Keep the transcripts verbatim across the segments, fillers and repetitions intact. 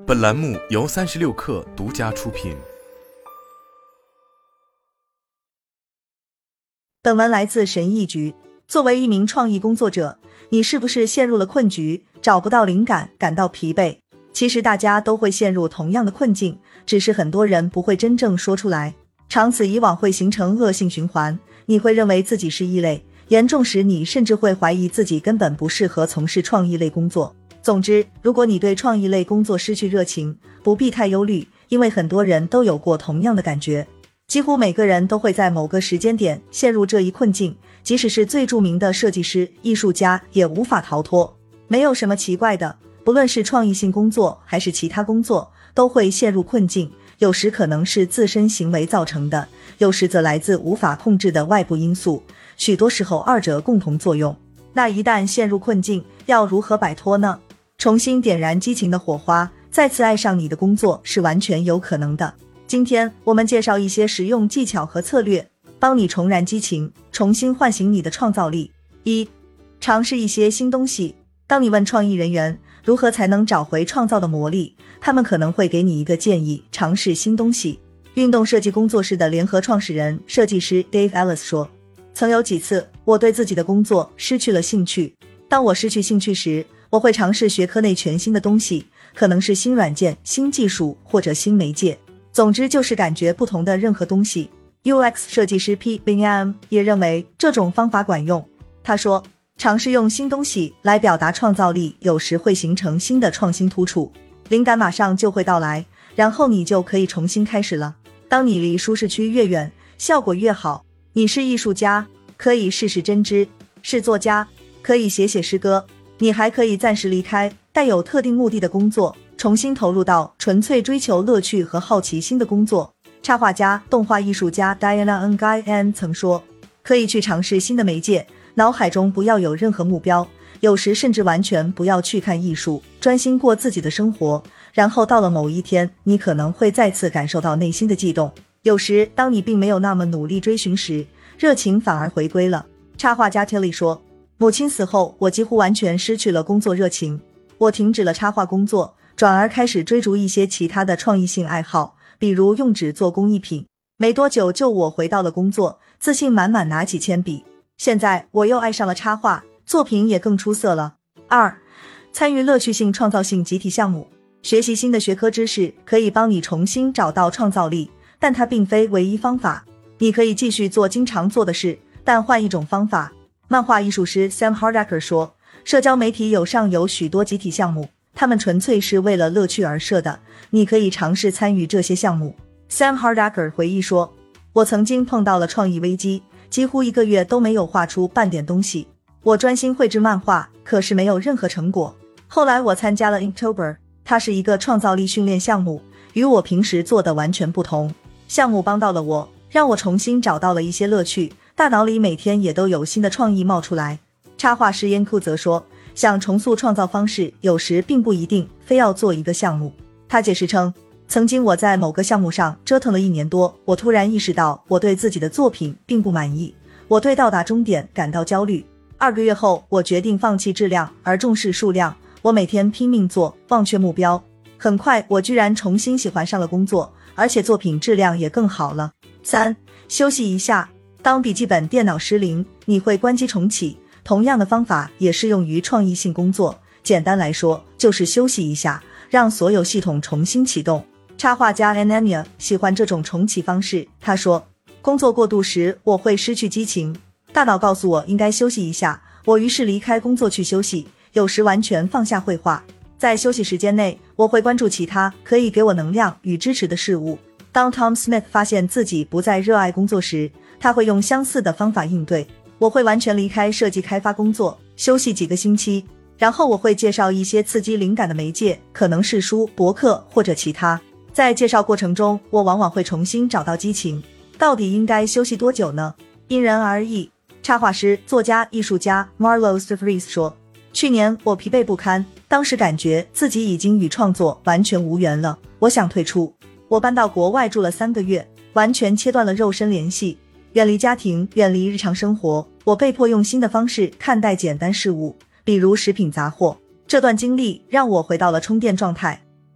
本栏目由三十六氪独家出品。 本文来自神意局。作为一名创意工作者，你是不是陷入了困局，找不到灵感，感到疲惫？其实大家都会陷入同样的困境，只是很多人不会真正说出来。长此以往会形成恶性循环，你会认为自己是异类，严重时你甚至会怀疑自己根本不适合从事创意类工作。总之，如果你对创意类工作失去热情，不必太忧虑，因为很多人都有过同样的感觉。几乎每个人都会在某个时间点陷入这一困境，即使是最著名的设计师、艺术家也无法逃脱。没有什么奇怪的，不论是创意性工作还是其他工作，都会陷入困境，有时可能是自身行为造成的，有时则来自无法控制的外部因素，许多时候二者共同作用。那一旦陷入困境，要如何摆脱呢？重新点燃激情的火花，再次爱上你的工作是完全有可能的。今天我们介绍一些实用技巧和策略，帮你重燃激情，重新唤醒你的创造力。一、尝试一些新东西。当你问创意人员如何才能找回创造的魔力，他们可能会给你一个建议：尝试新东西。运动设计工作室的联合创始人、设计师 Dave Ellis 说，曾有几次我对自己的工作失去了兴趣。当我失去兴趣时，我会尝试学科内全新的东西，可能是新软件、新技术或者新媒介。总之就是感觉不同的任何东西。 U X 设计师 Pete Bingham 也认为这种方法管用。他说，尝试用新东西来表达创造力，有时会形成新的创新突触，灵感马上就会到来，然后你就可以重新开始了。当你离舒适区越远，效果越好。你是艺术家，可以试试针织；是作家，可以写写诗歌。你还可以暂时离开带有特定目的的工作，重新投入到纯粹追求乐趣和好奇心的工作。插画家、动画艺术家 Diana Nguyen 曾说，可以去尝试新的媒介，脑海中不要有任何目标，有时甚至完全不要去看艺术，专心过自己的生活，然后到了某一天，你可能会再次感受到内心的悸动。有时当你并没有那么努力追寻时，热情反而回归了。插画家 Tilly 说，母亲死后，我几乎完全失去了工作热情，我停止了插画工作，转而开始追逐一些其他的创意性爱好，比如用纸做工艺品。没多久就我回到了工作，自信满满拿起铅笔。现在我又爱上了插画，作品也更出色了。二、参与乐趣性创造性集体项目。学习新的学科知识可以帮你重新找到创造力，但它并非唯一方法。你可以继续做经常做的事，但换一种方法。漫画艺术师 Sam Hardaker 说，社交媒体有上有许多集体项目，他们纯粹是为了乐趣而设的，你可以尝试参与这些项目。 Sam Hardaker 回忆说，我曾经碰到了创意危机，几乎一个月都没有画出半点东西。我专心绘制漫画，可是没有任何成果。后来我参加了 Inktober， 它是一个创造力训练项目，与我平时做的完全不同。项目帮到了我，让我重新找到了一些乐趣，大脑里每天也都有新的创意冒出来。插画师烟库则说，想重塑创造方式，有时并不一定非要做一个项目。他解释称，曾经我在某个项目上折腾了一年多，我突然意识到我对自己的作品并不满意，我对到达终点感到焦虑。二个月后，我决定放弃质量而重视数量，我每天拼命做，忘却目标。很快我居然重新喜欢上了工作，而且作品质量也更好了。三、休息一下。当笔记本电脑失灵，你会关机重启，同样的方法也适用于创意性工作。简单来说，就是休息一下，让所有系统重新启动。插画家 Ananya 喜欢这种重启方式，他说，工作过度时我会失去激情，大脑告诉我应该休息一下，我于是离开工作去休息，有时完全放下绘画。在休息时间内，我会关注其他可以给我能量与支持的事物。当 Tom Smith 发现自己不再热爱工作时，他会用相似的方法应对。我会完全离开设计开发工作，休息几个星期，然后我会介绍一些刺激灵感的媒介，可能是书、博客或者其他。在介绍过程中，我往往会重新找到激情。到底应该休息多久呢？因人而异。插画师、作家、艺术家 Marlo Stevries 说，去年我疲惫不堪，当时感觉自己已经与创作完全无缘了，我想退出。我搬到国外住了三个月，完全切断了肉身联系，远离家庭，远离日常生活，我被迫用新的方式看待简单事物，比如食品杂货。这段经历让我回到了充电状态。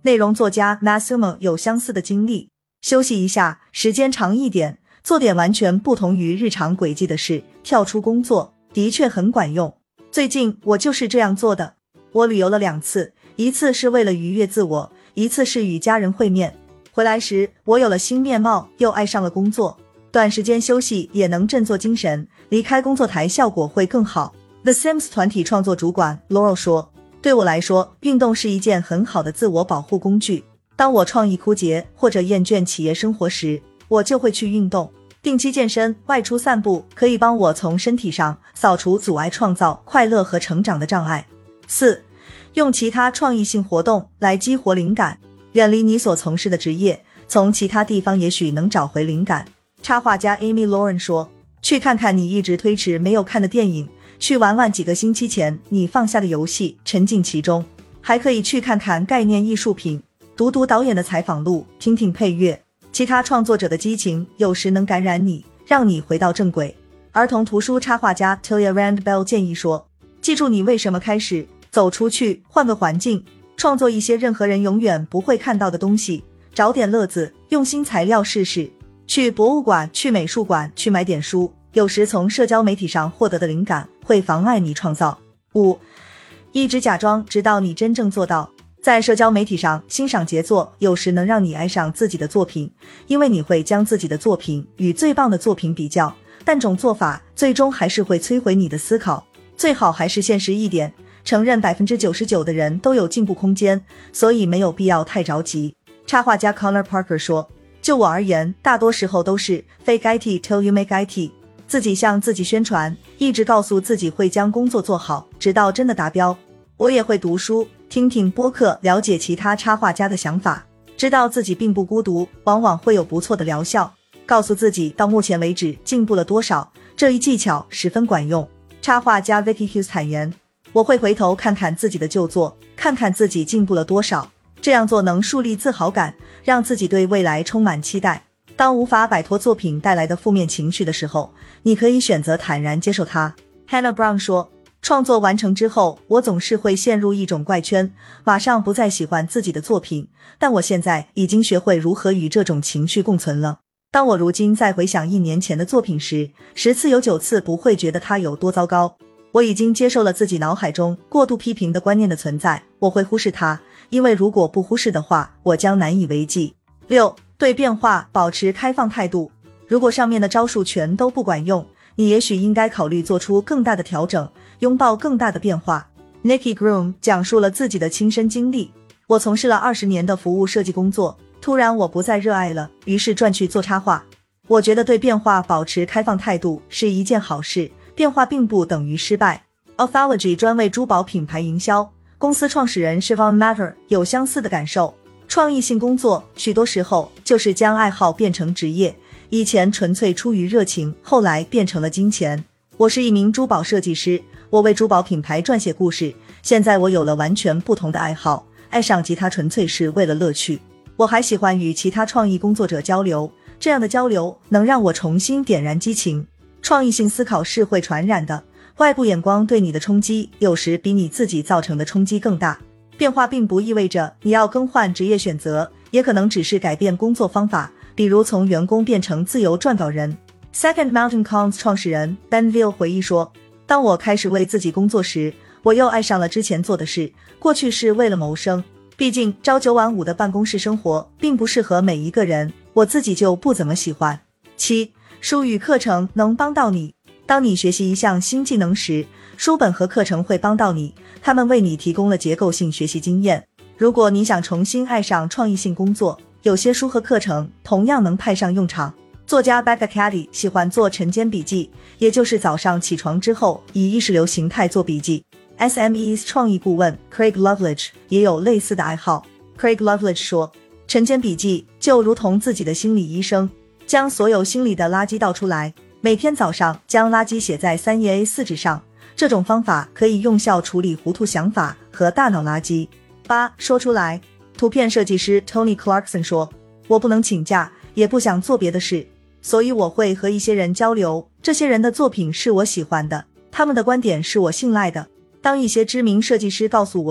内容作家 Masumo 有相似的经历。休息一下，时间长一点，做点完全不同于日常轨迹的事，跳出工作，的确很管用。最近我就是这样做的。我旅游了两次，一次是为了愉悦自我，一次是与家人会面。回来时，我有了新面貌，又爱上了工作。短时间休息也能振作精神，离开工作台效果会更好。The Sims 团体创作主管 Laurel 说，对我来说，运动是一件很好的自我保护工具。当我创意枯竭或者厌倦企业生活时，我就会去运动。定期健身、外出散步可以帮我从身体上扫除阻碍创造快乐和成长的障碍。四、用其他创意性活动来激活灵感。远离你所从事的职业，从其他地方也许能找回灵感。插画家 Amy Lauren 说，去看看你一直推迟没有看的电影，去玩玩几个星期前你放下的游戏，沉浸其中。还可以去看看概念艺术品，读读导演的采访录，听听配乐。其他创作者的激情有时能感染你，让你回到正轨。儿童图书插画家 Tilia Randbell 建议说，记住你为什么开始，走出去，换个环境，创作一些任何人永远不会看到的东西，找点乐子，用新材料试试。去博物馆，去美术馆，去买点书。有时从社交媒体上获得的灵感会妨碍你创造。五、一直假装直到你真正做到。在社交媒体上欣赏杰作，有时能让你爱上自己的作品，因为你会将自己的作品与最棒的作品比较，但种做法最终还是会摧毁你的思考。最好还是现实一点，承认 百分之九十九 的人都有进步空间，所以没有必要太着急。插画家 Connor Parker 说，就我而言，大多时候都是 fake it till you make it， 自己向自己宣传，一直告诉自己会将工作做好，直到真的达标。我也会读书，听听播客，了解其他插画家的想法，知道自己并不孤独，往往会有不错的疗效。告诉自己到目前为止进步了多少，这一技巧十分管用。插画家 Vicky Hughes 坦言，我会回头看看自己的旧作，看看自己进步了多少，这样做能树立自豪感，让自己对未来充满期待。当无法摆脱作品带来的负面情绪的时候，你可以选择坦然接受它。 Hannah Brown 说，创作完成之后，我总是会陷入一种怪圈，马上不再喜欢自己的作品，但我现在已经学会如何与这种情绪共存了。当我如今再回想一年前的作品时，十次有九次不会觉得它有多糟糕。我已经接受了自己脑海中过度批评的观念的存在，我会忽视它，因为如果不忽视的话，我将难以为继。六、对变化保持开放态度。如果上面的招数全都不管用，你也许应该考虑做出更大的调整，拥抱更大的变化。 Nikki Groom 讲述了自己的亲身经历，我从事了二十年的服务设计工作，突然我不再热爱了，于是转去做插画。我觉得对变化保持开放态度是一件好事，变化并不等于失败。 Authology 专为珠宝品牌营销，公司创始人 Siobhan Matter 有相似的感受。创意性工作许多时候就是将爱好变成职业，以前纯粹出于热情，后来变成了金钱。我是一名珠宝设计师，我为珠宝品牌撰写故事，现在我有了完全不同的爱好，爱上吉他纯粹是为了乐趣。我还喜欢与其他创意工作者交流，这样的交流能让我重新点燃激情。创意性思考是会传染的，外部眼光对你的冲击有时比你自己造成的冲击更大。变化并不意味着你要更换职业选择，也可能只是改变工作方法，比如从员工变成自由撰稿人。 Second Mountain Cons 创始人 Ben Ville 回忆说，当我开始为自己工作时，我又爱上了之前做的事，过去是为了谋生，毕竟朝九晚五的办公室生活并不适合每一个人，我自己就不怎么喜欢。七、书与课程能帮到你。当你学习一项新技能时，书本和课程会帮到你，他们为你提供了结构性学习经验。如果你想重新爱上创意性工作，有些书和课程同样能派上用场。作家 Becca Caddy 喜欢做晨间笔记，也就是早上起床之后以意识流形态做笔记。 S M E's 创意顾问 Craig Loveridge 也有类似的爱好。 Craig Loveridge 说，晨间笔记就如同自己的心理医生，将所有心理的垃圾倒出来，每天早上将垃圾写在三页 A 四 纸上，这种方法可以用效处理糊涂想法和大脑垃圾。八、说出来。图片设计师 Tony Clarkson 说，我不能请假，也不想做别的事，所以我会和一些人交流，这些人的作品是我喜欢的，他们的观点是我信赖的。当一些知名设计师告诉我说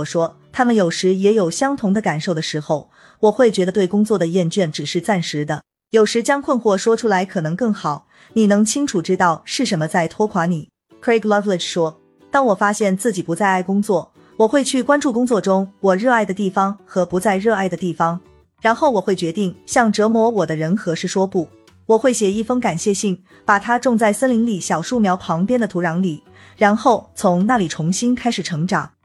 他们有时也有相同的感受的时候，我会觉得对工作的厌倦只是暂时的。有时将困惑说出来可能更好，你能清楚知道是什么在拖垮你。Craig Loveridge 说，当我发现自己不再爱工作，我会去关注工作中我热爱的地方和不再热爱的地方，然后我会决定向折磨我的人何时说不。我会写一封感谢信，把它种在森林里小树苗旁边的土壤里，然后从那里重新开始成长。